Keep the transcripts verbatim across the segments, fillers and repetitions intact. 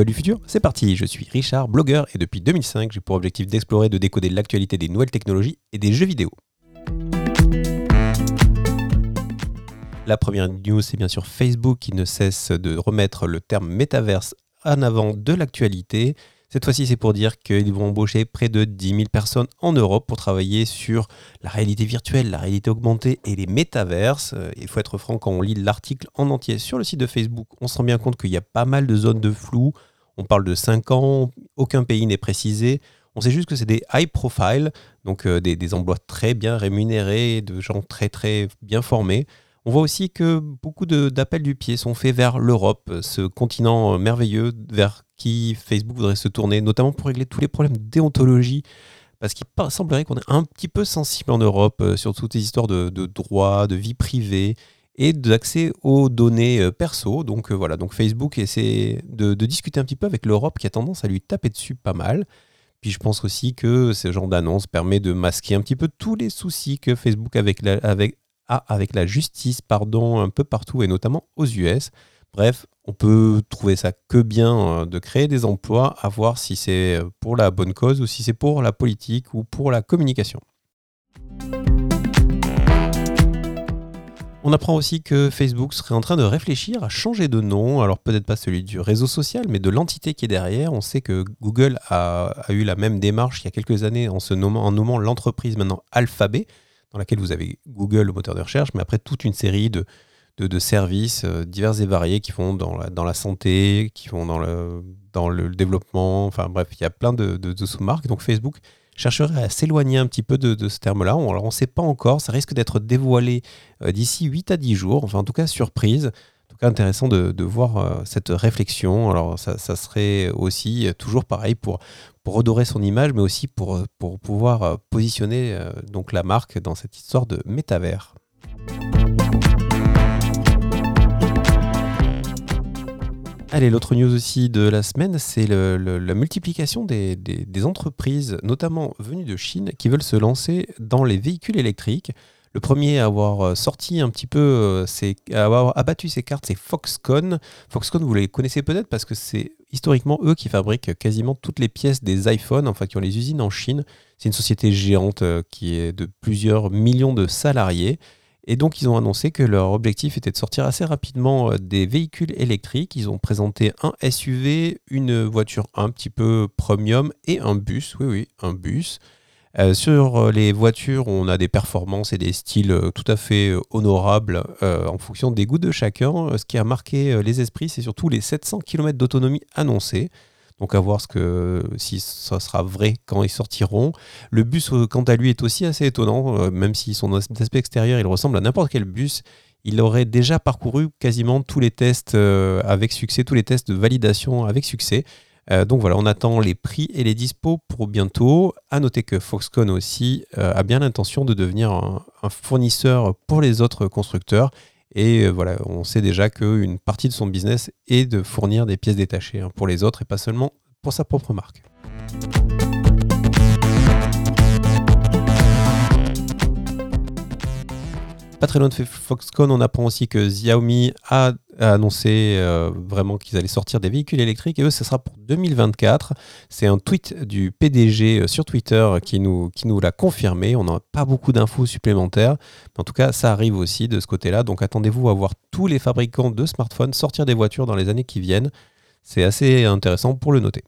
nouvelles du futur, c'est parti. Je suis Richard, blogueur, et depuis deux mille cinq, j'ai pour objectif d'explorer et de décoder l'actualité des nouvelles technologies et des jeux vidéo. La première news, c'est bien sûr Facebook qui ne cesse de remettre le terme métaverse en avant de l'actualité. Cette fois-ci, c'est pour dire qu'ils vont embaucher près de dix mille personnes en Europe pour travailler sur la réalité virtuelle, la réalité augmentée et les métaverses. Il faut être franc, quand on lit l'article en entier sur le site de Facebook, on se rend bien compte qu'il y a pas mal de zones de flou. On parle de cinq ans, aucun pays n'est précisé. On sait juste que c'est des high profile, donc euh, des, des emplois très bien rémunérés, de gens très très bien formés. On voit aussi que beaucoup de, d'appels du pied sont faits vers l'Europe, ce continent merveilleux vers qui Facebook voudrait se tourner, notamment pour régler tous les problèmes de déontologie, parce qu'il semblerait qu'on est un petit peu sensible en Europe euh, sur toutes les histoires de, de droits, de vie privée et d'accès aux données euh, perso. Donc euh, voilà, donc Facebook essaie de, de discuter un petit peu avec l'Europe qui a tendance à lui taper dessus pas mal. Puis je pense aussi que ce genre d'annonce permet de masquer un petit peu tous les soucis que Facebook avec la, avec, a avec la justice, pardon, un peu partout et notamment aux U S. Bref, on peut trouver ça que bien de créer des emplois, à voir si c'est pour la bonne cause ou si c'est pour la politique ou pour la communication. On apprend aussi que Facebook serait en train de réfléchir à changer de nom, alors peut-être pas celui du réseau social, mais de l'entité qui est derrière. On sait que Google a, a eu la même démarche il y a quelques années en, se nommant, en nommant l'entreprise maintenant Alphabet, dans laquelle vous avez Google, le moteur de recherche, mais après toute une série de De, de services euh, divers et variés qui vont dans la, dans la santé, qui vont dans le, dans le développement, enfin bref, il y a plein de, de, de sous-marques. Donc Facebook chercherait à s'éloigner un petit peu de, de ce terme-là. On, alors on ne sait pas encore, ça risque d'être dévoilé euh, d'ici huit à dix jours, enfin en tout cas surprise. En tout cas intéressant de, de voir euh, cette réflexion. Alors ça, ça serait aussi euh, toujours pareil pour, pour redorer son image, mais aussi pour, pour pouvoir euh, positionner euh, donc la marque dans cette histoire de métavers. Allez, l'autre news aussi de la semaine, c'est le, le, la multiplication des, des, des entreprises, notamment venues de Chine, qui veulent se lancer dans les véhicules électriques. Le premier à avoir sorti un petit peu, c'est, à avoir abattu ses cartes, c'est Foxconn. Foxconn, vous les connaissez peut-être parce que c'est historiquement eux qui fabriquent quasiment toutes les pièces des iPhones, enfin qui ont les usines en Chine. C'est une société géante qui est de plusieurs millions de salariés. Et donc, ils ont annoncé que leur objectif était de sortir assez rapidement des véhicules électriques. Ils ont présenté un S U V, une voiture un petit peu premium et un bus. Oui, oui, un bus. Euh, sur les voitures, on a des performances et des styles tout à fait honorables euh, en fonction des goûts de chacun. Ce qui a marqué les esprits, c'est surtout les sept cents kilomètres d'autonomie annoncés. Donc à voir ce que, si ça sera vrai quand ils sortiront. Le bus, quant à lui, est aussi assez étonnant, euh, même si son aspect extérieur, il ressemble à n'importe quel bus. Il aurait déjà parcouru quasiment tous les tests euh, avec succès, tous les tests de validation avec succès. Euh, donc voilà, on attend les prix et les dispos pour bientôt. À noter que Foxconn aussi euh, a bien l'intention de devenir un, un fournisseur pour les autres constructeurs. Et voilà, on sait déjà qu'une partie de son business est de fournir des pièces détachées hein, pour les autres et pas seulement pour sa propre marque. Pas très loin de Foxconn, on apprend aussi que Xiaomi a, a annoncé euh, vraiment qu'ils allaient sortir des véhicules électriques et eux, ce sera pour deux mille vingt-quatre. C'est un tweet du P D G sur Twitter qui nous, qui nous l'a confirmé. On n'a pas beaucoup d'infos supplémentaires. Mais en tout cas, ça arrive aussi de ce côté-là. Donc attendez-vous à voir tous les fabricants de smartphones sortir des voitures dans les années qui viennent. C'est assez intéressant pour le noter.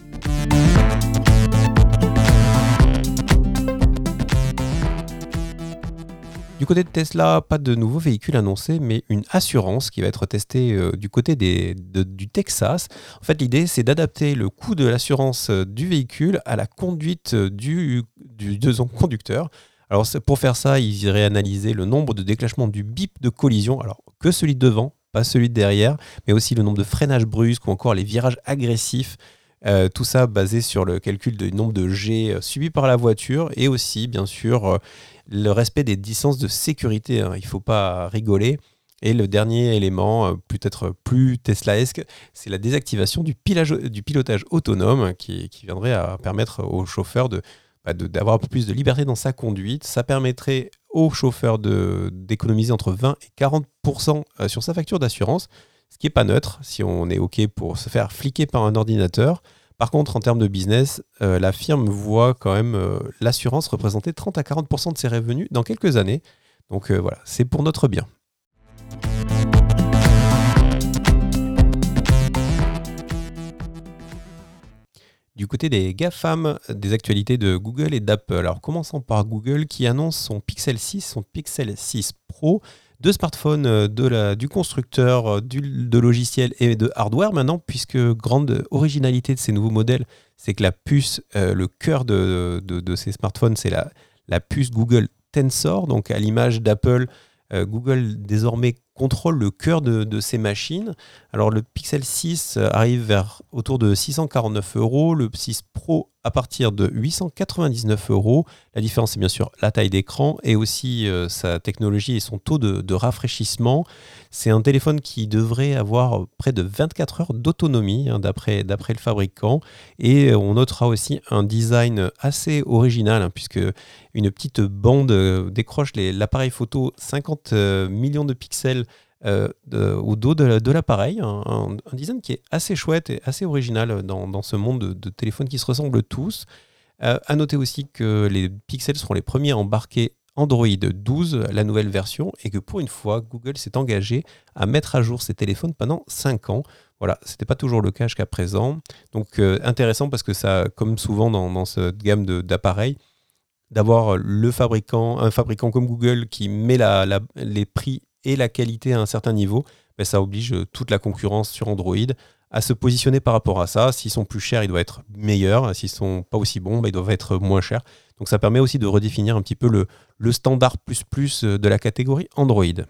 Du côté de Tesla, pas de nouveaux véhicules annoncés, mais une assurance qui va être testée euh, du côté des, de, du Texas. En fait, l'idée, c'est d'adapter le coût de l'assurance euh, du véhicule à la conduite du, du, de son conducteur. Alors, pour faire ça, ils iraient analyser le nombre de déclenchements du bip de collision, alors que celui de devant, pas celui de derrière, mais aussi le nombre de freinages brusques ou encore les virages agressifs. Euh, tout ça basé sur le calcul du nombre de jets euh, subis par la voiture et aussi, bien sûr, euh, le respect des distances de sécurité. Hein. Il ne faut pas rigoler. Et le dernier élément, euh, peut-être plus Teslaesque, c'est la désactivation du, pilage, du pilotage autonome qui, qui viendrait à permettre au chauffeur de, bah, de, d'avoir un peu plus de liberté dans sa conduite. Ça permettrait au chauffeur de, d'économiser entre vingt et quarante pour cent sur sa facture d'assurance. ce qui n'est pas neutre si on est OK pour se faire fliquer par un ordinateur. Par contre, en termes de business, euh, la firme voit quand même euh, l'assurance représenter trente à quarante pour cent de ses revenus dans quelques années. Donc euh, voilà, c'est pour notre bien. Du côté des GAFAM, des actualités de Google et d'Apple. Alors commençons par Google qui annonce son Pixel six, son Pixel six Pro, deux smartphones de la, du constructeur, du, de logiciels et de hardware maintenant, puisque grande originalité de ces nouveaux modèles, c'est que la puce, euh, le cœur de, de, de ces smartphones, c'est la, la puce Google Tensor, donc à l'image d'Apple. Euh, Google désormais contrôle le cœur de, de ces machines. Alors le Pixel six arrive vers autour de six cent quarante-neuf euros, le six Pro à partir de huit cent quatre-vingt-dix-neuf euros. La différence, c'est bien sûr la taille d'écran et aussi euh, sa technologie et son taux de, de rafraîchissement. C'est un téléphone qui devrait avoir près de vingt-quatre heures d'autonomie, hein, d'après, d'après le fabricant. Et on notera aussi un design assez original, hein, puisque une petite bande euh, décroche les, l'appareil photo cinquante euh, millions de pixels Euh, de, au dos de, de l'appareil, un, un, un design qui est assez chouette et assez original dans, dans ce monde de, de téléphones qui se ressemblent tous. Euh, à noter aussi que les Pixels seront les premiers à embarquer Android douze, la nouvelle version, et que pour une fois, Google s'est engagé à mettre à jour ses téléphones pendant cinq ans. Voilà, ce n'était pas toujours le cas jusqu'à présent. Donc euh, intéressant parce que ça, comme souvent dans, dans cette gamme de, d'appareils, d'avoir le fabricant, un fabricant comme Google qui met la, la, les prix et la qualité à un certain niveau, ben ça oblige toute la concurrence sur Android à se positionner par rapport à ça. S'ils sont plus chers, ils doivent être meilleurs. S'ils ne sont pas aussi bons, ben ils doivent être moins chers. Donc ça permet aussi de redéfinir un petit peu le, le standard plus plus de la catégorie Android.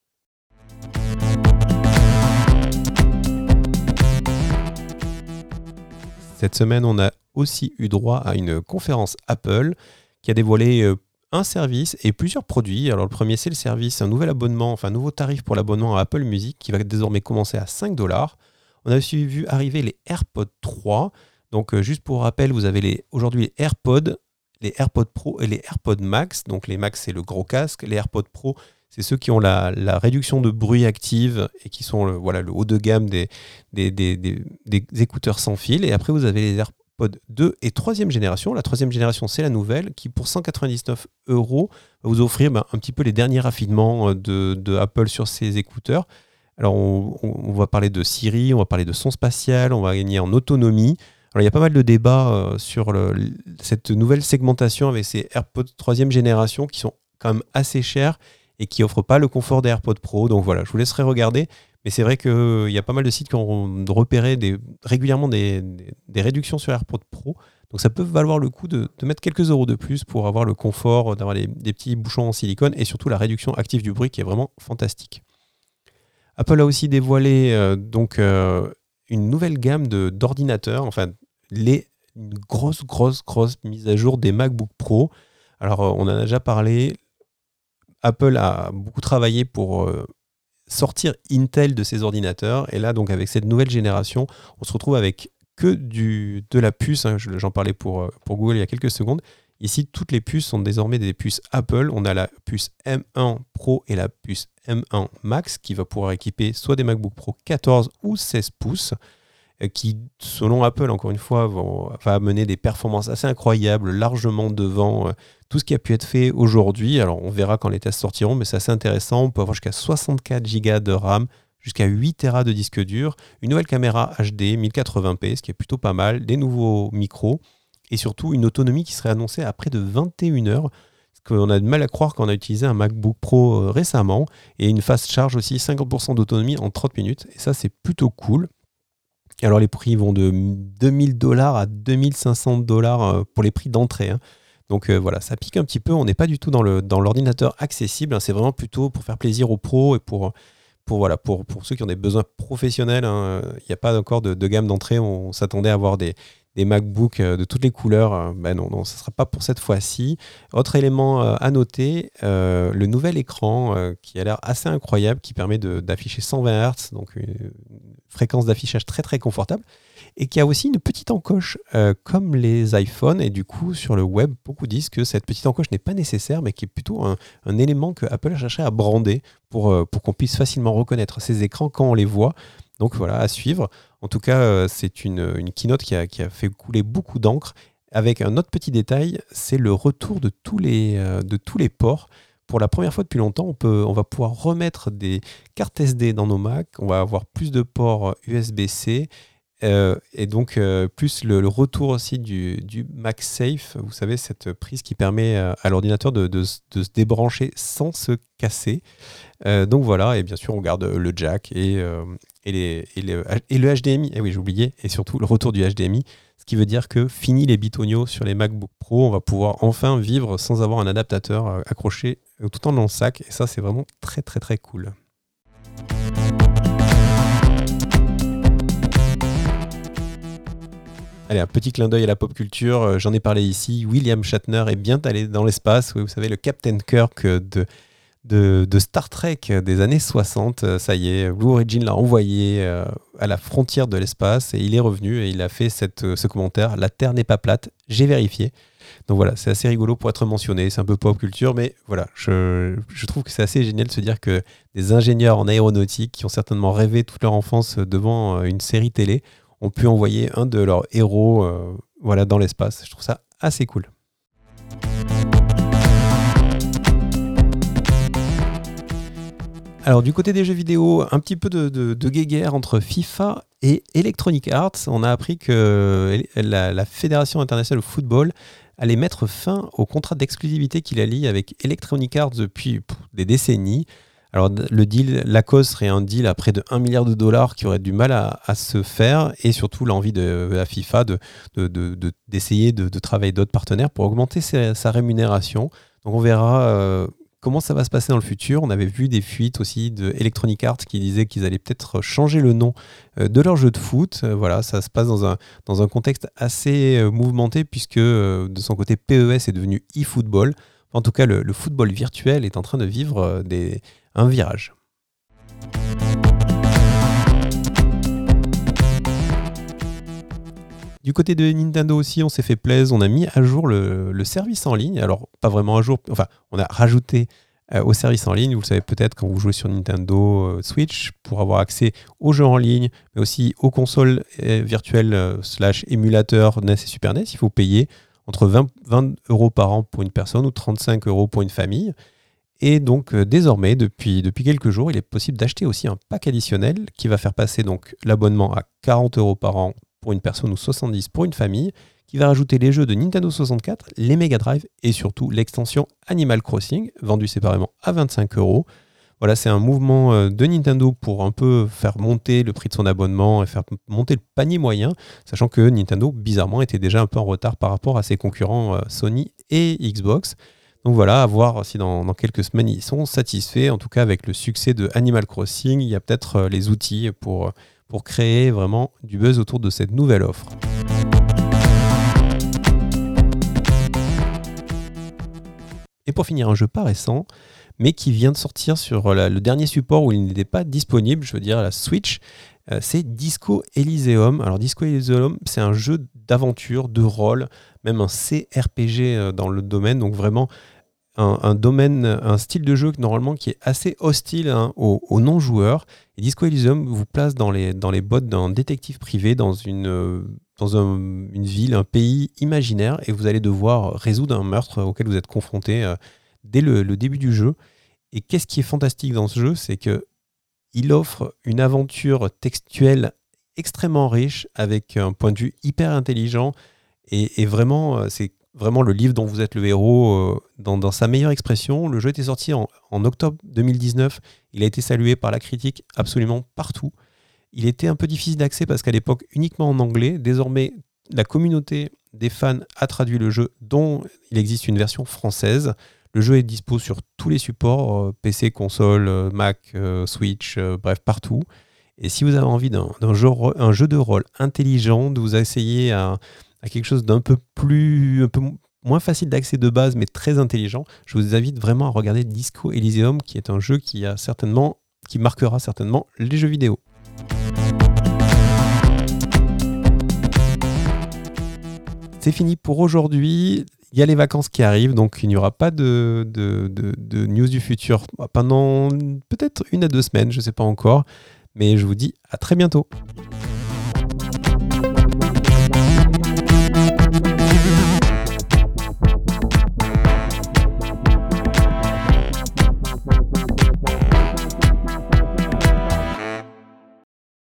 Cette semaine, on a aussi eu droit à une conférence Apple qui a dévoilé euh, un service et plusieurs produits. Alors le premier, c'est le service, un nouvel abonnement, enfin un nouveau tarif pour l'abonnement à Apple Music qui va désormais commencer à cinq dollars. On a aussi vu arriver les AirPods trois. Donc euh, juste pour rappel, vous avez les, aujourd'hui les AirPods, les AirPods Pro et les AirPods Max. Donc les Max, c'est le gros casque. Les AirPods Pro, c'est ceux qui ont la, la réduction de bruit active et qui sont le, voilà, le haut de gamme des, des, des, des, des écouteurs sans fil. Et après, vous avez les AirPods Pod deux et troisième génération. La troisième génération, c'est la nouvelle, qui pour cent quatre-vingt-dix-neuf euros va vous offrir ben, un petit peu les derniers raffinements de, de Apple sur ses écouteurs. Alors, on, on va parler de Siri, on va parler de son spatial, on va gagner en autonomie. Alors, il y a pas mal de débats euh, sur le, cette nouvelle segmentation avec ces AirPods troisième génération qui sont quand même assez chers et qui n'offrent pas le confort des AirPods Pro. Donc voilà, je vous laisserai regarder. Mais c'est vrai qu'il euh, y a pas mal de sites qui ont repéré des, régulièrement des, des, des réductions sur AirPods Pro. Donc ça peut valoir le coup de, de mettre quelques euros de plus pour avoir le confort, d'avoir les, des petits bouchons en silicone et surtout la réduction active du bruit qui est vraiment fantastique. Apple a aussi dévoilé euh, donc, euh, une nouvelle gamme de, d'ordinateurs, enfin les, une grosse, grosse, grosse mise à jour des MacBook Pro. Alors euh, on en a déjà parlé, Apple a beaucoup travaillé pour... Euh, sortir Intel de ses ordinateurs. Et là, donc, avec cette nouvelle génération, on se retrouve avec que du, de la puce. Hein, j'en parlais pour, pour Google il y a quelques secondes. Ici, toutes les puces sont désormais des puces Apple. On a la puce M un Pro et la puce M un Max qui va pouvoir équiper soit des MacBook Pro quatorze ou seize pouces qui, selon Apple, encore une fois, vont, va amener des performances assez incroyables, largement devant euh, tout ce qui a pu être fait aujourd'hui. Alors, on verra quand les tests sortiront, mais c'est assez intéressant. On peut avoir jusqu'à soixante-quatre gigas de RAM, jusqu'à huit téra de disque dur, une nouvelle caméra H D mille quatre-vingts p, ce qui est plutôt pas mal, des nouveaux micros, et surtout une autonomie qui serait annoncée à près de vingt et une heures, ce qu'on a de mal à croire quand on a utilisé un MacBook Pro euh, récemment, et une fast charge aussi, cinquante pour cent d'autonomie en trente minutes, et ça, c'est plutôt cool. Et alors les prix vont de deux mille dollars à deux mille cinq cents dollars pour les prix d'entrée. Hein. Donc euh, voilà, ça pique un petit peu. On n'est pas du tout dans, le, dans l'ordinateur accessible. Hein. C'est vraiment plutôt pour faire plaisir aux pros et pour, pour, voilà, pour, pour ceux qui ont des besoins professionnels. Hein. Il n'y a pas encore de, de gamme d'entrée. On s'attendait à avoir des, des MacBooks euh, de toutes les couleurs. Euh, ben non, non, ce ne sera pas pour cette fois-ci. Autre élément euh, à noter, euh, le nouvel écran euh, qui a l'air assez incroyable, qui permet de, d'afficher cent vingt hertz, donc une fréquence d'affichage très très confortable, et qui a aussi une petite encoche euh, comme les iPhones. Et du coup, sur le web, beaucoup disent que cette petite encoche n'est pas nécessaire, mais qui est plutôt un, un élément que Apple a cherché à brander pour, euh, pour qu'on puisse facilement reconnaître ces écrans quand on les voit. Donc voilà, à suivre. En tout cas, euh, c'est une, une keynote qui a, qui a fait couler beaucoup d'encre. Avec un autre petit détail, c'est le retour de tous les, euh, de tous les ports. Pour la première fois depuis longtemps, on, peut, on va pouvoir remettre des cartes S D dans nos Mac. On va avoir plus de ports U S B-C. Euh, et donc, euh, plus le, le retour aussi du, du MagSafe, vous savez, cette prise qui permet euh, à l'ordinateur de, de, de se débrancher sans se casser. Euh, donc voilà, et bien sûr, on garde le jack et, euh, et, les, et, les, et le H D M I. Eh oui, j'ai oublié, et surtout le retour du H D M I, ce qui veut dire que fini les bitonios sur les MacBook Pro, on va pouvoir enfin vivre sans avoir un adaptateur euh, accroché tout le temps dans le sac, et ça, c'est vraiment très, très, très cool. Allez, un petit clin d'œil à la pop culture, euh, j'en ai parlé ici. William Shatner est bien allé dans l'espace. Oui, vous savez, le Captain Kirk de, de, de Star Trek des années soixante. Euh, ça y est, Blue Origin l'a envoyé euh, à la frontière de l'espace et il est revenu et il a fait cette, euh, ce commentaire: La Terre n'est pas plate, j'ai vérifié. Donc voilà, c'est assez rigolo pour être mentionné. C'est un peu pop culture, mais voilà, je, je trouve que c'est assez génial de se dire que des ingénieurs en aéronautique qui ont certainement rêvé toute leur enfance devant une série télé ont pu envoyer un de leurs héros euh, voilà, dans l'espace. Je trouve ça assez cool. Alors du côté des jeux vidéo, un petit peu de, de, de guéguerre entre FIFA et Electronic Arts. On a appris que la, la Fédération internationale de football allait mettre fin au contrat d'exclusivité qu'il a lié avec Electronic Arts depuis pff, des décennies. Alors le deal, la cause serait un deal à près de un milliard de dollars qui aurait du mal à, à se faire, et surtout l'envie de la FIFA de, de, de, de, d'essayer de, de travailler d'autres partenaires pour augmenter sa, sa rémunération. Donc on verra euh, comment ça va se passer dans le futur. On avait vu des fuites aussi de Electronic Arts qui disaient qu'ils allaient peut-être changer le nom euh, de leur jeu de foot. Euh, voilà, ça se passe dans un, dans un contexte assez euh, mouvementé puisque euh, de son côté P E S est devenu eFootball. En tout cas, le, le football virtuel est en train de vivre euh, des un virage. Du côté de Nintendo aussi, on s'est fait plaisir, on a mis à jour le, le service en ligne. Alors, pas vraiment à jour, enfin, on a rajouté euh, au service en ligne. Vous le savez peut-être quand vous jouez sur Nintendo euh, Switch, pour avoir accès aux jeux en ligne, mais aussi aux consoles euh, virtuelles euh, slash émulateurs N E S et Super N E S, il faut payer entre vingt, vingt euros par an pour une personne ou trente-cinq euros pour une famille. Et donc euh, désormais, depuis, depuis quelques jours, il est possible d'acheter aussi un pack additionnel qui va faire passer donc l'abonnement à quarante euros par an pour une personne ou soixante-dix pour une famille, qui va rajouter les jeux de Nintendo soixante-quatre, les Mega Drive et surtout l'extension Animal Crossing, vendue séparément à vingt-cinq euros. Voilà, c'est un mouvement euh, de Nintendo pour un peu faire monter le prix de son abonnement et faire monter le panier moyen, sachant que Nintendo, bizarrement, était déjà un peu en retard par rapport à ses concurrents euh, Sony et Xbox. Donc voilà, à voir si dans, dans quelques semaines ils sont satisfaits. En tout cas, avec le succès de Animal Crossing, il y a peut-être euh, les outils pour, pour créer vraiment du buzz autour de cette nouvelle offre. Et pour finir, un jeu pas récent, mais qui vient de sortir sur la, le dernier support où il n'était pas disponible, je veux dire la Switch, euh, c'est Disco Elysium. Alors Disco Elysium, c'est un jeu d'aventure, de rôle, même un C R P G euh, dans le domaine, donc vraiment un, un domaine, un style de jeu normalement qui est assez hostile hein, aux, aux non-joueurs. Et Disco Elysium vous place dans les, dans les bottes d'un détective privé dans une... Euh, dans un, une ville, un pays imaginaire, et vous allez devoir résoudre un meurtre auquel vous êtes confronté euh, dès le, le début du jeu. Et qu'est-ce qui est fantastique dans ce jeu, c'est qu'il offre une aventure textuelle extrêmement riche, avec un point de vue hyper intelligent, et, et vraiment, c'est vraiment le livre dont vous êtes le héros euh, dans, dans sa meilleure expression. Le jeu était sorti en, en octobre deux mille dix-neuf, il a été salué par la critique absolument partout. Il était un peu difficile d'accès parce qu'à l'époque, uniquement en anglais. Désormais, la communauté des fans a traduit le jeu, dont il existe une version française. Le jeu est dispo sur tous les supports, euh, P C, console, euh, Mac, euh, Switch, euh, bref, partout. Et si vous avez envie d'un, d'un jeu, un jeu de rôle intelligent, de vous essayer à, à quelque chose d'un peu plus, un peu moins facile d'accès de base, mais très intelligent, je vous invite vraiment à regarder Disco Elysium, qui est un jeu qui a certainement, qui marquera certainement les jeux vidéo. C'est fini pour aujourd'hui. Il y a les vacances qui arrivent, donc il n'y aura pas de, de, de, de news du futur pendant peut-être une à deux semaines, je ne sais pas encore. Mais je vous dis à très bientôt.